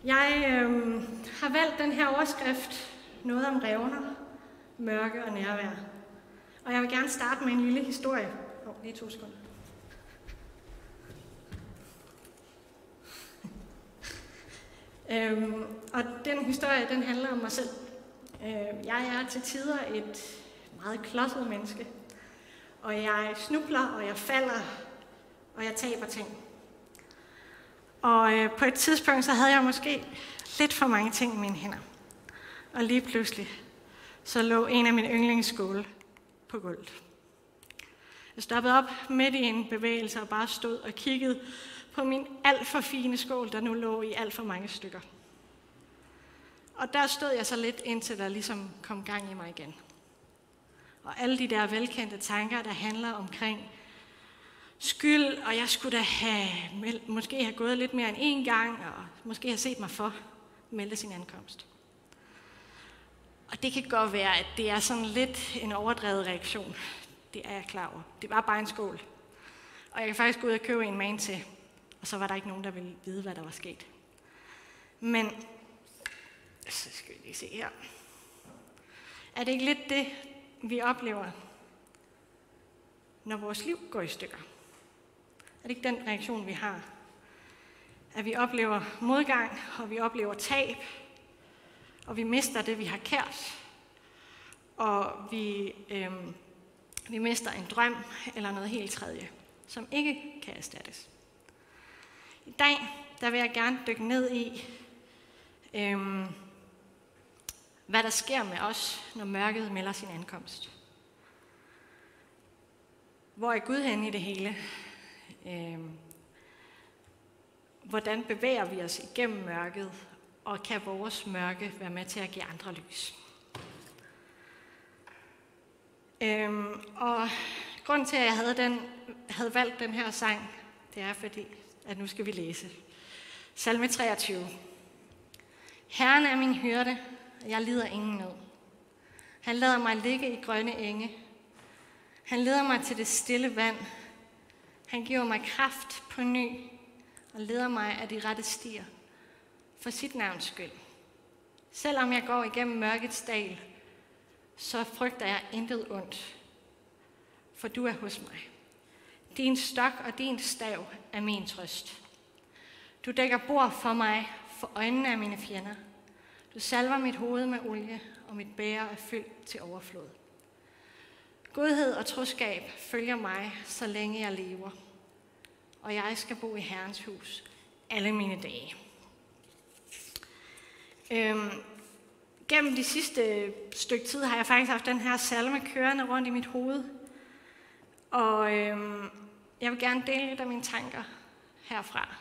Jeg har valgt den her overskrift, noget om revner, mørke og nærvær. Og jeg vil gerne starte med en lille historie. Lige 2 sekunder. Og den historie, den handler om mig selv. Jeg er til tider et meget klodset menneske. Og jeg snubler, og jeg falder, og jeg taber ting. Og på et tidspunkt, så havde jeg måske lidt for mange ting i mine hænder. Og lige pludselig, så lå en af mine yndlingsskåle på gulvet. Jeg stoppede op midt i en bevægelse og bare stod og kiggede på min alt for fine skål, der nu lå i alt for mange stykker. Og der stod jeg så lidt, indtil der ligesom kom gang i mig igen. Og alle de der velkendte tanker, der handler omkring skyld, og jeg skulle da måske have gået lidt mere end 1 gang, og måske have set mig for melde sin ankomst. Og det kan godt være, at det er sådan lidt en overdrevet reaktion. Det er jeg klar over. Det var bare en skål. Og jeg kan faktisk gå ud og købe en magen til, og så var der ikke nogen, der ville vide, hvad der var sket. Men, så skal vi lige se her. Er det ikke lidt det, vi oplever, når vores liv går i stykker? Er det ikke den reaktion, vi har? At vi oplever modgang, og vi oplever tab, og vi mister det, vi har kært, og vi mister en drøm eller noget helt tredje, som ikke kan erstattes. I dag, der vil jeg gerne dykke ned i, hvad der sker med os, når mørket melder sin ankomst. Hvor er Gud henne i det hele? Hvordan bevæger vi os igennem mørket, og kan vores mørke være med til at give andre lys? Og grunden til, at jeg havde valgt den her sang, det er fordi, at nu skal vi læse. Salme 23. Herren er min hyrde, og jeg lider ingen nød. Han lader mig ligge i grønne enge. Han leder mig til det stille vand. Han giver mig kraft på ny, og leder mig af de rette stier. For sit navns skyld. Selvom jeg går igennem mørkets dal, så frygter jeg intet ondt, for du er hos mig. Din stok og din stav er min trøst. Du dækker bord for mig for øjnene af mine fjender. Du salver mit hoved med olie, og mit bæger er fyldt til overflod. Godhed og troskab følger mig, så længe jeg lever, og jeg skal bo i Herrens hus alle mine dage. Gennem de sidste stykke tid har jeg faktisk haft den her salme kørende rundt i mit hoved. Og jeg vil gerne dele lidt af mine tanker herfra.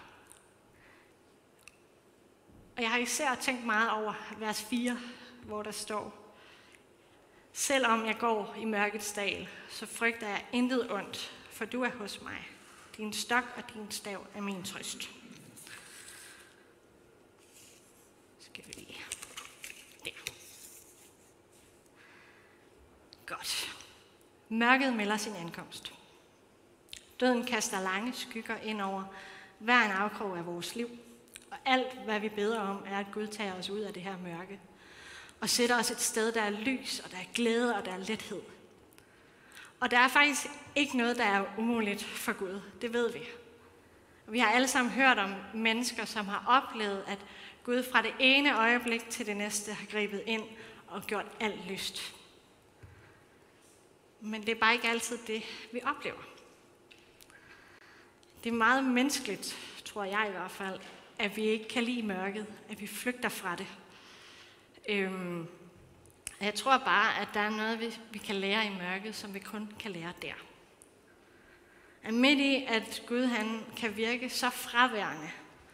Og jeg har især tænkt meget over vers 4, hvor der står: Selvom jeg går i mørkets dal, så frygter jeg intet ondt, for du er hos mig. Din stok og din stav er min trøst. Skal vi lige. Der. Godt. Mørket melder sin ankomst. Døden kaster lange skygger ind over hver en afkrog af vores liv. Og alt, hvad vi beder om, er, at Gud tager os ud af det her mørke. Og sætter os et sted, der er lys, og der er glæde, og der er lethed. Og der er faktisk ikke noget, der er umuligt for Gud. Det ved vi. Og vi har alle sammen hørt om mennesker, som har oplevet, at Gud fra det ene øjeblik til det næste har grebet ind og gjort alt lyst. Men det er bare ikke altid det, vi oplever. Det er meget menneskeligt, tror jeg i hvert fald, at vi ikke kan lide mørket, at vi flygter fra det. Jeg tror bare, at der er noget, vi kan lære i mørket, som vi kun kan lære der. At midt i, at Gud han kan virke så fraværende,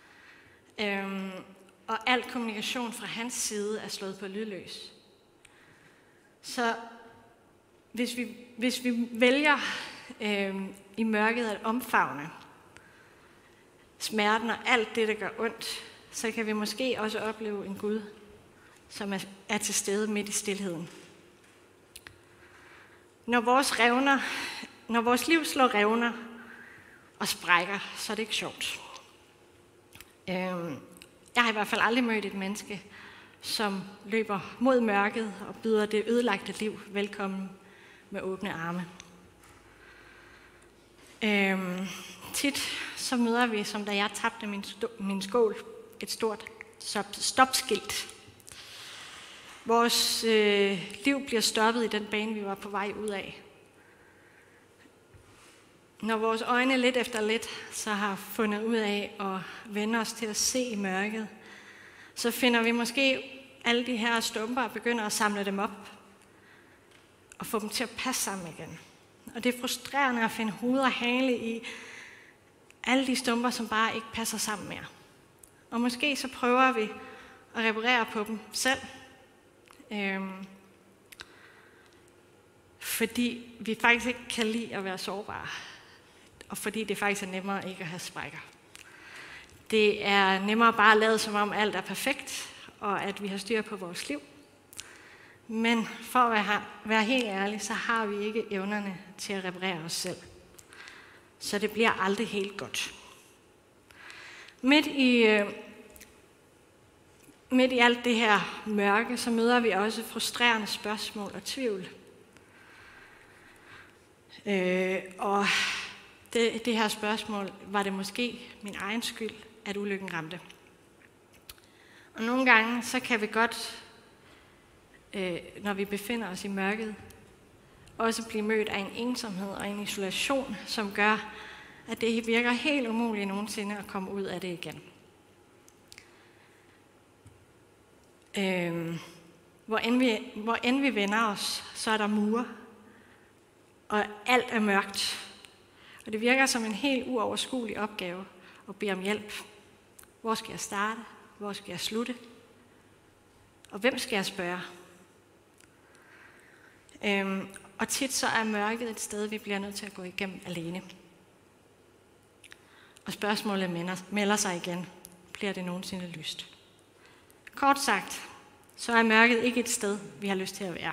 og al kommunikation fra hans side er slået på lydløs. Så hvis vi vælger i mørket at omfavne smerten og alt det, der gør ondt, så kan vi måske også opleve en Gud, som er til stede midt i stilheden. Når vores liv slår revner og sprækker, så er det ikke sjovt. Jeg har i hvert fald aldrig mødt et menneske, som løber mod mørket og byder det ødelagte liv velkommen med åbne arme. Tit så møder vi, som da jeg tabte min skål, et stort stopskilt. Vores liv bliver stoppet i den bane, vi var på vej ud af. Når vores øjne lidt efter lidt så har fundet ud af at vende os til at se i mørket, så finder vi måske alle de her stumper og begynder at samle dem op og få dem til at passe sammen igen. Og det er frustrerende at finde hoved og hale i alle de stumper, som bare ikke passer sammen mere. Og måske så prøver vi at reparere på dem selv, fordi vi faktisk ikke kan lide at være sårbare, og fordi det faktisk er nemmere ikke at have sprækker. Det er nemmere bare at lade som om alt er perfekt, og at vi har styr på vores liv. Men for at være helt ærlig, så har vi ikke evnerne til at reparere os selv. Så det bliver aldrig helt godt. Midt i alt det her mørke, så møder vi også frustrerende spørgsmål og tvivl. Og det her spørgsmål, var det måske min egen skyld, at ulykken ramte? Og nogle gange, så kan vi godt, når vi befinder os i mørket, også blive mødt af en ensomhed og en isolation, som gør, at det virker helt umuligt nogensinde at komme ud af det igen. Hvor end vi vender os, så er der mure, og alt er mørkt. Og det virker som en helt uoverskuelig opgave at bede om hjælp. Hvor skal jeg starte? Hvor skal jeg slutte? Og hvem skal jeg spørge? Og tit så er mørket et sted, vi bliver nødt til at gå igennem alene. Og spørgsmålet melder sig igen. Bliver det nogensinde lyst? Kort sagt, så er mørket ikke et sted, vi har lyst til at være.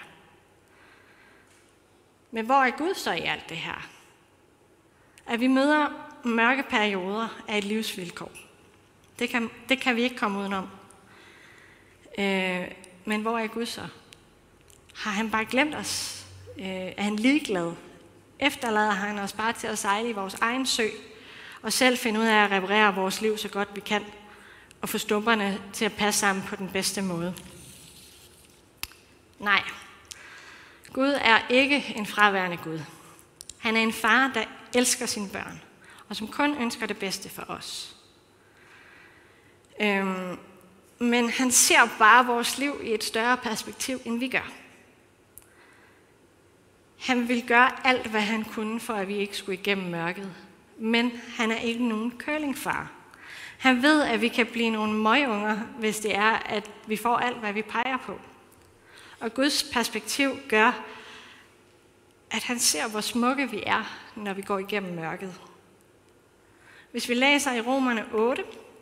Men hvor er Gud så i alt det her? At vi møder mørke perioder af et livsvilkår. Det kan vi ikke komme udenom. Men hvor er Gud så? Har han bare glemt os? Er han ligeglad? Efterlader han os bare til at sejle i vores egen sø, og selv finde ud af at reparere vores liv så godt vi kan, og få stumperne til at passe sammen på den bedste måde? Nej, Gud er ikke en fraværende Gud. Han er en far, der elsker sine børn, og som kun ønsker det bedste for os. Men han ser bare vores liv i et større perspektiv, end vi gør. Han vil gøre alt, hvad han kunne, for at vi ikke skulle igennem mørket. Men han er ikke nogen curlingfar. Han ved, at vi kan blive nogle møgunger, hvis det er, at vi får alt, hvad vi peger på. Og Guds perspektiv gør, at han ser, hvor smukke vi er, når vi går igennem mørket. Hvis vi læser i Romerne 8,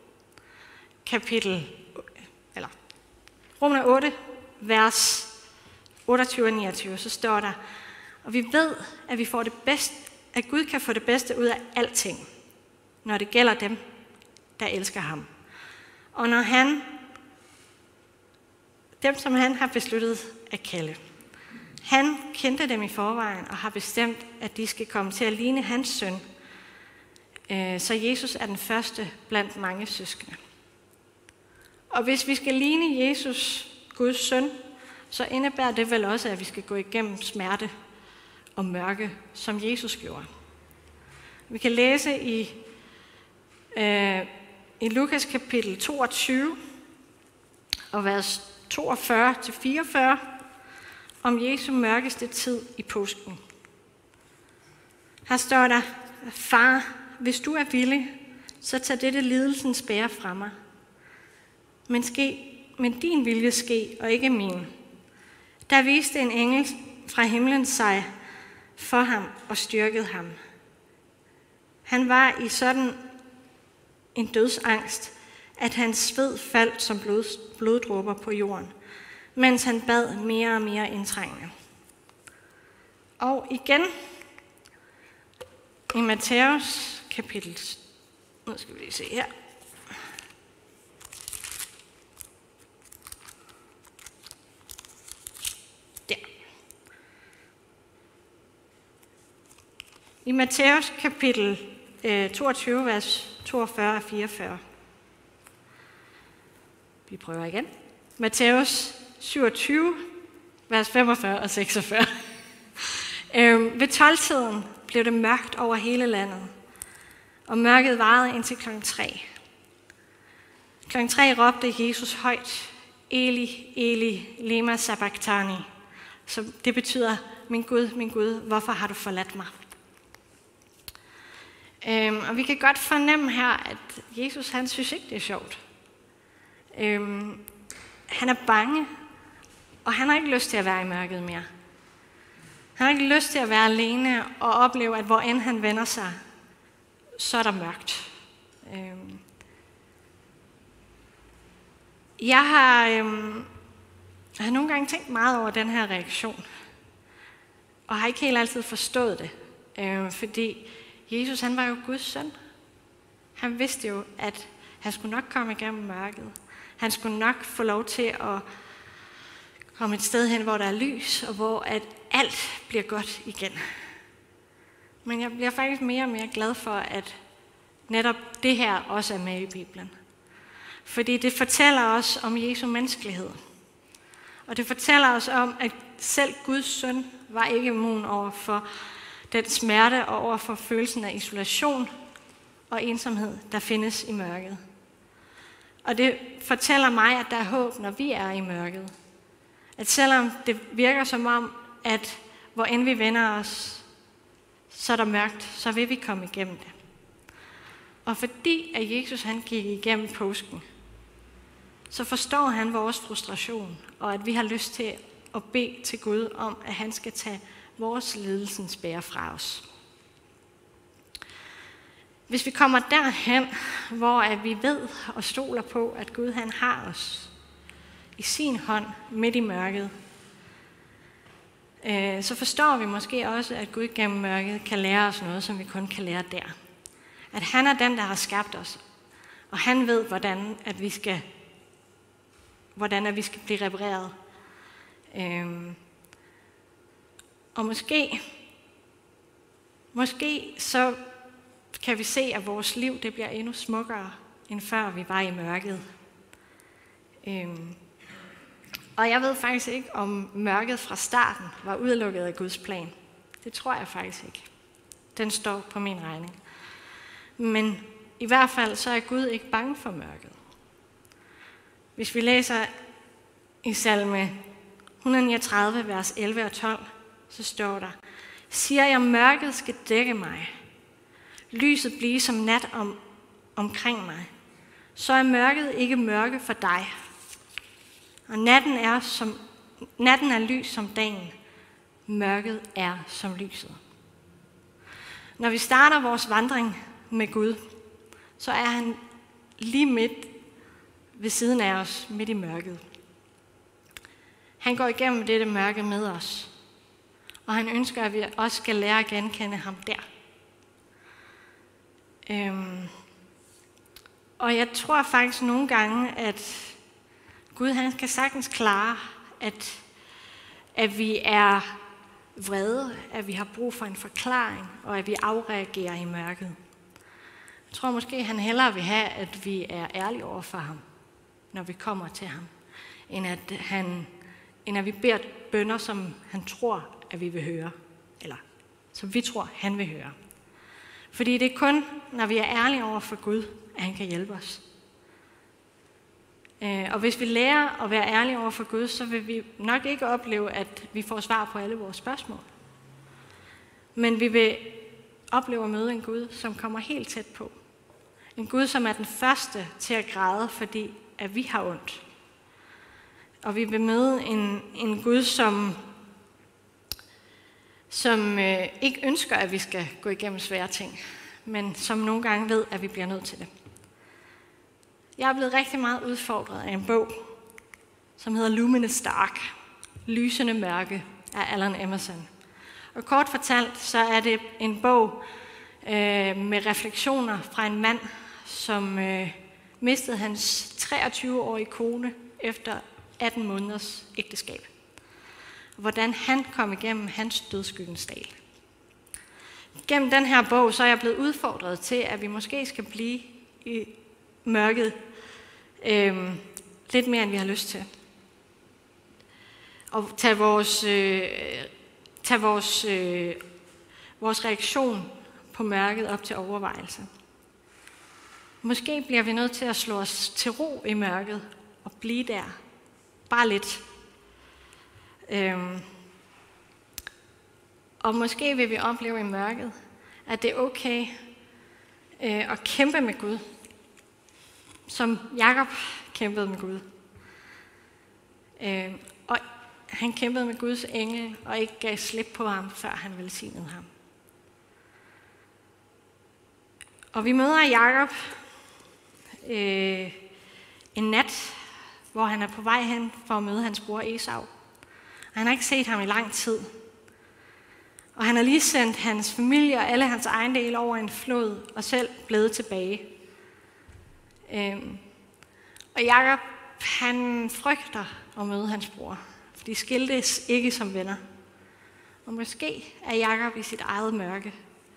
Romerne 8, vers 28 og 29, så står der: og vi ved, at vi får det bedste, at Gud kan få det bedste ud af alting, når det gælder dem, der elsker ham. Og når dem, som han har besluttet at kalde. Han kendte dem i forvejen og har bestemt, at de skal komme til at ligne hans søn. Så Jesus er den første blandt mange søskende. Og hvis vi skal ligne Jesus, Guds søn, så indebærer det vel også, at vi skal gå igennem smerte og mørke, som Jesus gjorde. Vi kan læse i Lukas kapitel 22 og vers 42-44 om Jesu mørkeste tid i påsken. Her står der: far, hvis du er villig, så tag dette lidelsens bære fra mig. Men din vilje ske, og ikke min. Der viste en engel fra himlen sig for ham og styrkede ham. Han var i sådan en dødsangst, at hans sved faldt som bloddråber på jorden, mens han bad mere og mere indtrængende. Og igen i Matthæus kapitel, nu skal vi lige se her, I Matthæus kapitel 22, vers 42 og 44. Vi prøver igen. Matthæus 27, vers 45 og 46. Ved 12-tiden blev det mørkt over hele landet, og mørket varede indtil klokken 3. Klokken 3 råbte Jesus højt, Eli, Eli, lema sabachthani. Så det betyder, min Gud, hvorfor har du forladt mig? Og vi kan godt fornemme her, at Jesus, han synes ikke, det er sjovt. Han er bange, og han har ikke lyst til at være i mørket mere. Han har ikke lyst til at være alene og opleve, at hvor end han vender sig, så er der mørkt. Jeg har nogle gange tænkt meget over den her reaktion, og har ikke helt altid forstået det, fordi Jesus, han var jo Guds søn. Han vidste jo, at han skulle nok komme igennem mørket. Han skulle nok få lov til at komme et sted hen, hvor der er lys, og hvor at alt bliver godt igen. Men jeg bliver faktisk mere og mere glad for, at netop det her også er med i Bibelen. Fordi det fortæller os om Jesu menneskelighed. Og det fortæller os om, at selv Guds søn var ikke immun over for den smerte og over for følelsen af isolation og ensomhed, der findes i mørket. Og det fortæller mig, at der er håb, når vi er i mørket. At selvom det virker som om, at hvor end vi vender os, så er der mørkt, så vil vi komme igennem det. Og fordi at Jesus han gik igennem påsken, så forstår han vores frustration, og at vi har lyst til at bede til Gud om, at han skal tage vores lidelsens bære fra os. Hvis vi kommer derhen, hvor at vi ved og stoler på, at Gud han har os i sin hånd midt i mørket, så forstår vi måske også, at Gud gennem mørket kan lære os noget, som vi kun kan lære der. At han er den, der har skabt os, og han ved, hvordan vi skal blive repareret. Og måske så kan vi se, at vores liv det bliver endnu smukkere, end før vi var i mørket. Og jeg ved faktisk ikke, om mørket fra starten var udelukket af Guds plan. Det tror jeg faktisk ikke. Den står på min regning. Men i hvert fald så er Gud ikke bange for mørket. Hvis vi læser i salme 139, vers 11 og 12, så står der, siger jeg, mørket skal dække mig, lyset blive som nat omkring mig, så er mørket ikke mørke for dig. Og natten er lys som dagen, mørket er som lyset. Når vi starter vores vandring med Gud, så er han lige midt ved siden af os, midt i mørket. Han går igennem dette mørke med os, og han ønsker, at vi også skal lære at genkende ham der. Og jeg tror faktisk nogle gange, at Gud han kan sagtens klare, at vi er vrede, at vi har brug for en forklaring, og at vi afreagerer i mørket. Jeg tror måske, han hellere vil have, at vi er ærlige over for ham, når vi kommer til ham, end at vi beder bønner, som han tror, at vi vil høre, eller som vi tror, han vil høre. Fordi det er kun, når vi er ærlige over for Gud, at han kan hjælpe os. Og hvis vi lærer at være ærlige over for Gud, så vil vi nok ikke opleve, at vi får svar på alle vores spørgsmål. Men vi vil opleve at møde en Gud, som kommer helt tæt på. En Gud, som er den første til at græde, fordi at vi har ondt. Og vi vil møde en Gud, som ikke ønsker, at vi skal gå igennem svære ting, men som nogle gange ved, at vi bliver nødt til det. Jeg er blevet rigtig meget udfordret af en bog, som hedder Luminous Dark, Lysende Mørke af Alan Emerson. Og kort fortalt, så er det en bog med refleksioner fra en mand, som mistede hans 23-årige kone efter 18 måneders ægteskab. Hvordan han kom igennem hans dødsskyggens dal. Gennem den her bog, så er jeg blevet udfordret til, at vi måske skal blive i mørket lidt mere, end vi har lyst til. Og tage vores reaktion på mørket op til overvejelse. Måske bliver vi nødt til at slå os til ro i mørket og blive der. Bare lidt. Og måske vil vi opleve i mørket, at det er okay at kæmpe med Gud, som Jakob kæmpede med Gud. Og han kæmpede med Guds engel og ikke gav slip på ham, før han velsignede ham. Og vi møder Jakob en nat, hvor han er på vej hen for at møde hans bror Esau. Og han har ikke set ham i lang tid. Og han har lige sendt hans familie og alle hans ejendele over en flod, og selv blevet tilbage. Og Jakob, han frygter at møde hans bror, for de skiltes ikke som venner. Og måske er Jakob i sit eget mørke.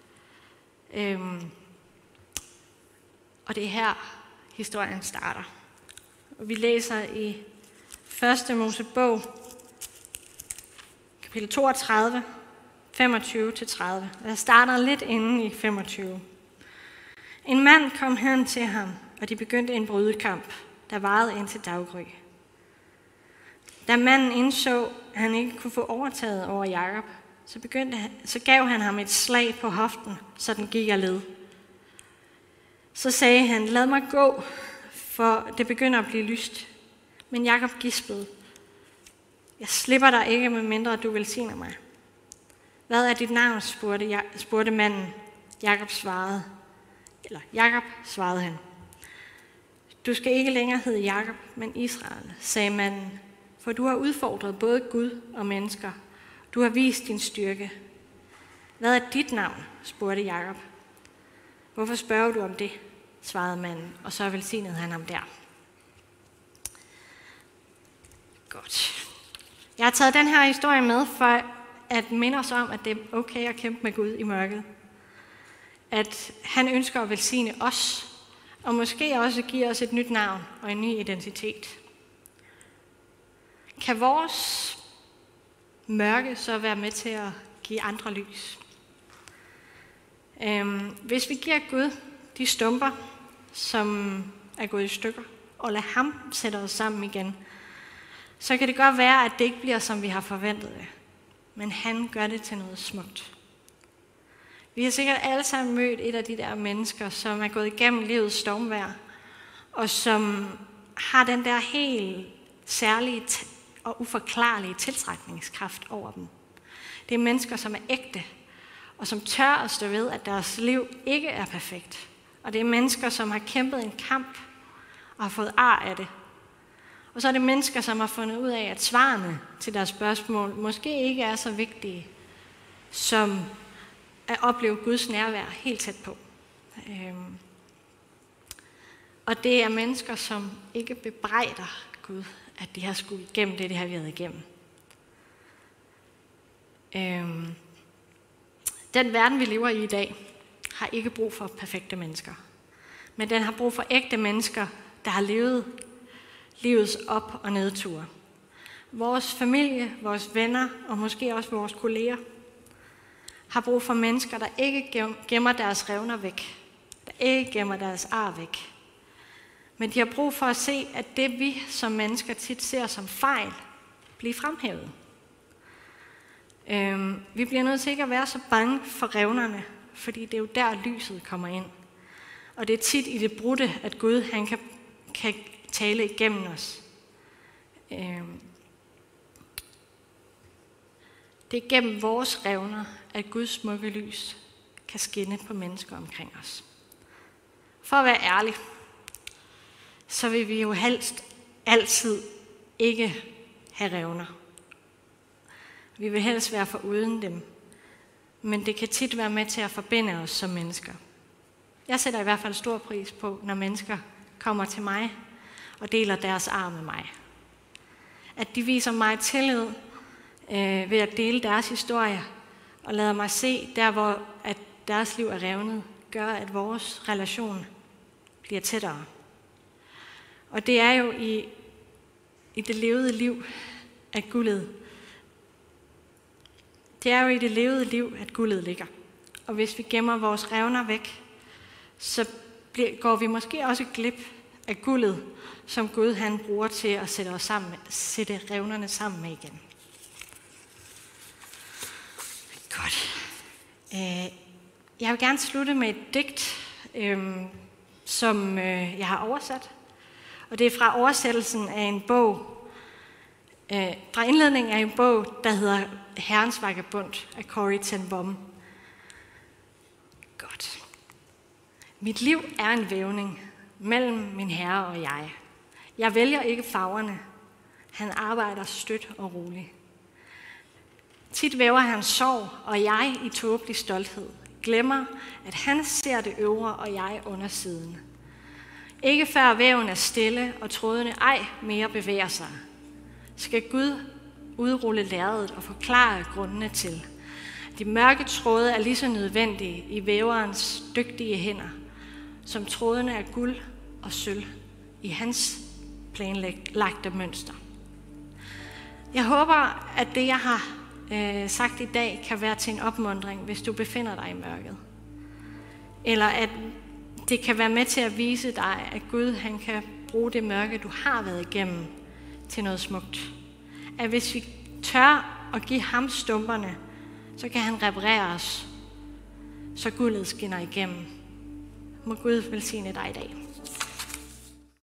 Og det er her, historien starter. Og vi læser i 1. Mosebog, kapitel 32, 25-30. Jeg starter lidt inde i 25. En mand kom hen til ham, og de begyndte en brydekamp, der varede indtil daggry. Da manden indså, at han ikke kunne få overtaget over Jakob, så gav han ham et slag på hoften, så den gik af led. Så sagde han, lad mig gå, for det begynder at blive lyst. Men Jakob gispede, jeg slipper dig ikke, medmindre du velsigner mig. Hvad er dit navn, spurgte manden. Jakob svarede han. Du skal ikke længere hedde Jakob, men Israel, sagde manden, for du har udfordret både Gud og mennesker. Du har vist din styrke. Hvad er dit navn, spurgte Jakob. Hvorfor spørger du om det, svarede manden, og så velsignede han ham der. Godt. Jeg har taget den her historie med for at minde os om, at det er okay at kæmpe med Gud i mørket. At han ønsker at velsigne os, og måske også give os et nyt navn og en ny identitet. Kan vores mørke så være med til at give andre lys? Hvis vi giver Gud de stumper, som er gået i stykker, og lader ham sætte os sammen igen, så kan det godt være, at det ikke bliver, som vi har forventet det. Men han gør det til noget smukt. Vi har sikkert alle sammen mødt et af de der mennesker, som er gået igennem livets stormvejr, og som har den der helt særlige og uforklarlige tiltrækningskraft over dem. Det er mennesker, som er ægte, og som tør at stå ved, at deres liv ikke er perfekt. Og det er mennesker, som har kæmpet en kamp og har fået ar af det. Og så er det mennesker, som har fundet ud af, at svarene til deres spørgsmål måske ikke er så vigtige, som at opleve Guds nærvær helt tæt på. Og det er mennesker, som ikke bebrejder Gud, at de har skulle igennem det, de har været igennem. Den verden, vi lever i dag, har ikke brug for perfekte mennesker. Men den har brug for ægte mennesker, der har levet livets op- og nedture. Vores familie, vores venner og måske også vores kolleger har brug for mennesker, der ikke gemmer deres revner væk. Der ikke gemmer deres ar væk. Men de har brug for at se, at det vi som mennesker tit ser som fejl, bliver fremhævet. Vi bliver nødt til ikke at være så bange for revnerne, fordi det er jo der lyset kommer ind. Og det er tit i det brudte, at Gud han kan tale igennem os. Det er gennem vores revner, at Guds smukke lys kan skinne på mennesker omkring os. For at være ærlig, så vil vi jo helst altid ikke have revner. Vi vil helst være foruden dem, men det kan tit være med til at forbinde os som mennesker. Jeg sætter i hvert fald stor pris på, når mennesker kommer til mig og deler deres ar med mig. At de viser mig tillid ved at dele deres historie og lader mig se der, hvor at deres liv er revnet, gør, at vores relation bliver tættere. Og det er jo i det levede liv, at guldet. Det er jo i det levede liv, at guldet ligger. Og hvis vi gemmer vores revner væk, så går vi måske også glip af guldet, som Gud han bruger til at sætte revnerne sammen med igen. Godt. Jeg vil gerne slutte med et digt, som jeg har oversat. Og det er fra oversættelsen af en bog, fra indledningen af en bog, der hedder Herrens Vagabond af Corrie ten Boom. Godt. Mit liv er en vævning mellem min herre og jeg. Jeg vælger ikke farverne. Han arbejder støt og roligt. Tit væver han sorg, og jeg i tåbelig stolthed glemmer, at han ser det øvre, og jeg undersiden. Ikke før væven er stille, og trådene ej mere bevæger sig, skal Gud udrulle lærredet og forklare grundene til. De mørke tråde er lige så nødvendige i væverens dygtige hænder, som trådene er guld og sølv i hans planlagte mønster. Jeg håber, at det, jeg har sagt i dag, kan være til en opmuntring, hvis du befinder dig i mørket. Eller at det kan være med til at vise dig, at Gud han kan bruge det mørke, du har været igennem, til noget smukt. At hvis vi tør at give ham stumperne, så kan han reparere os, så guldet skinner igennem. Må Gud velsigne dig i dag.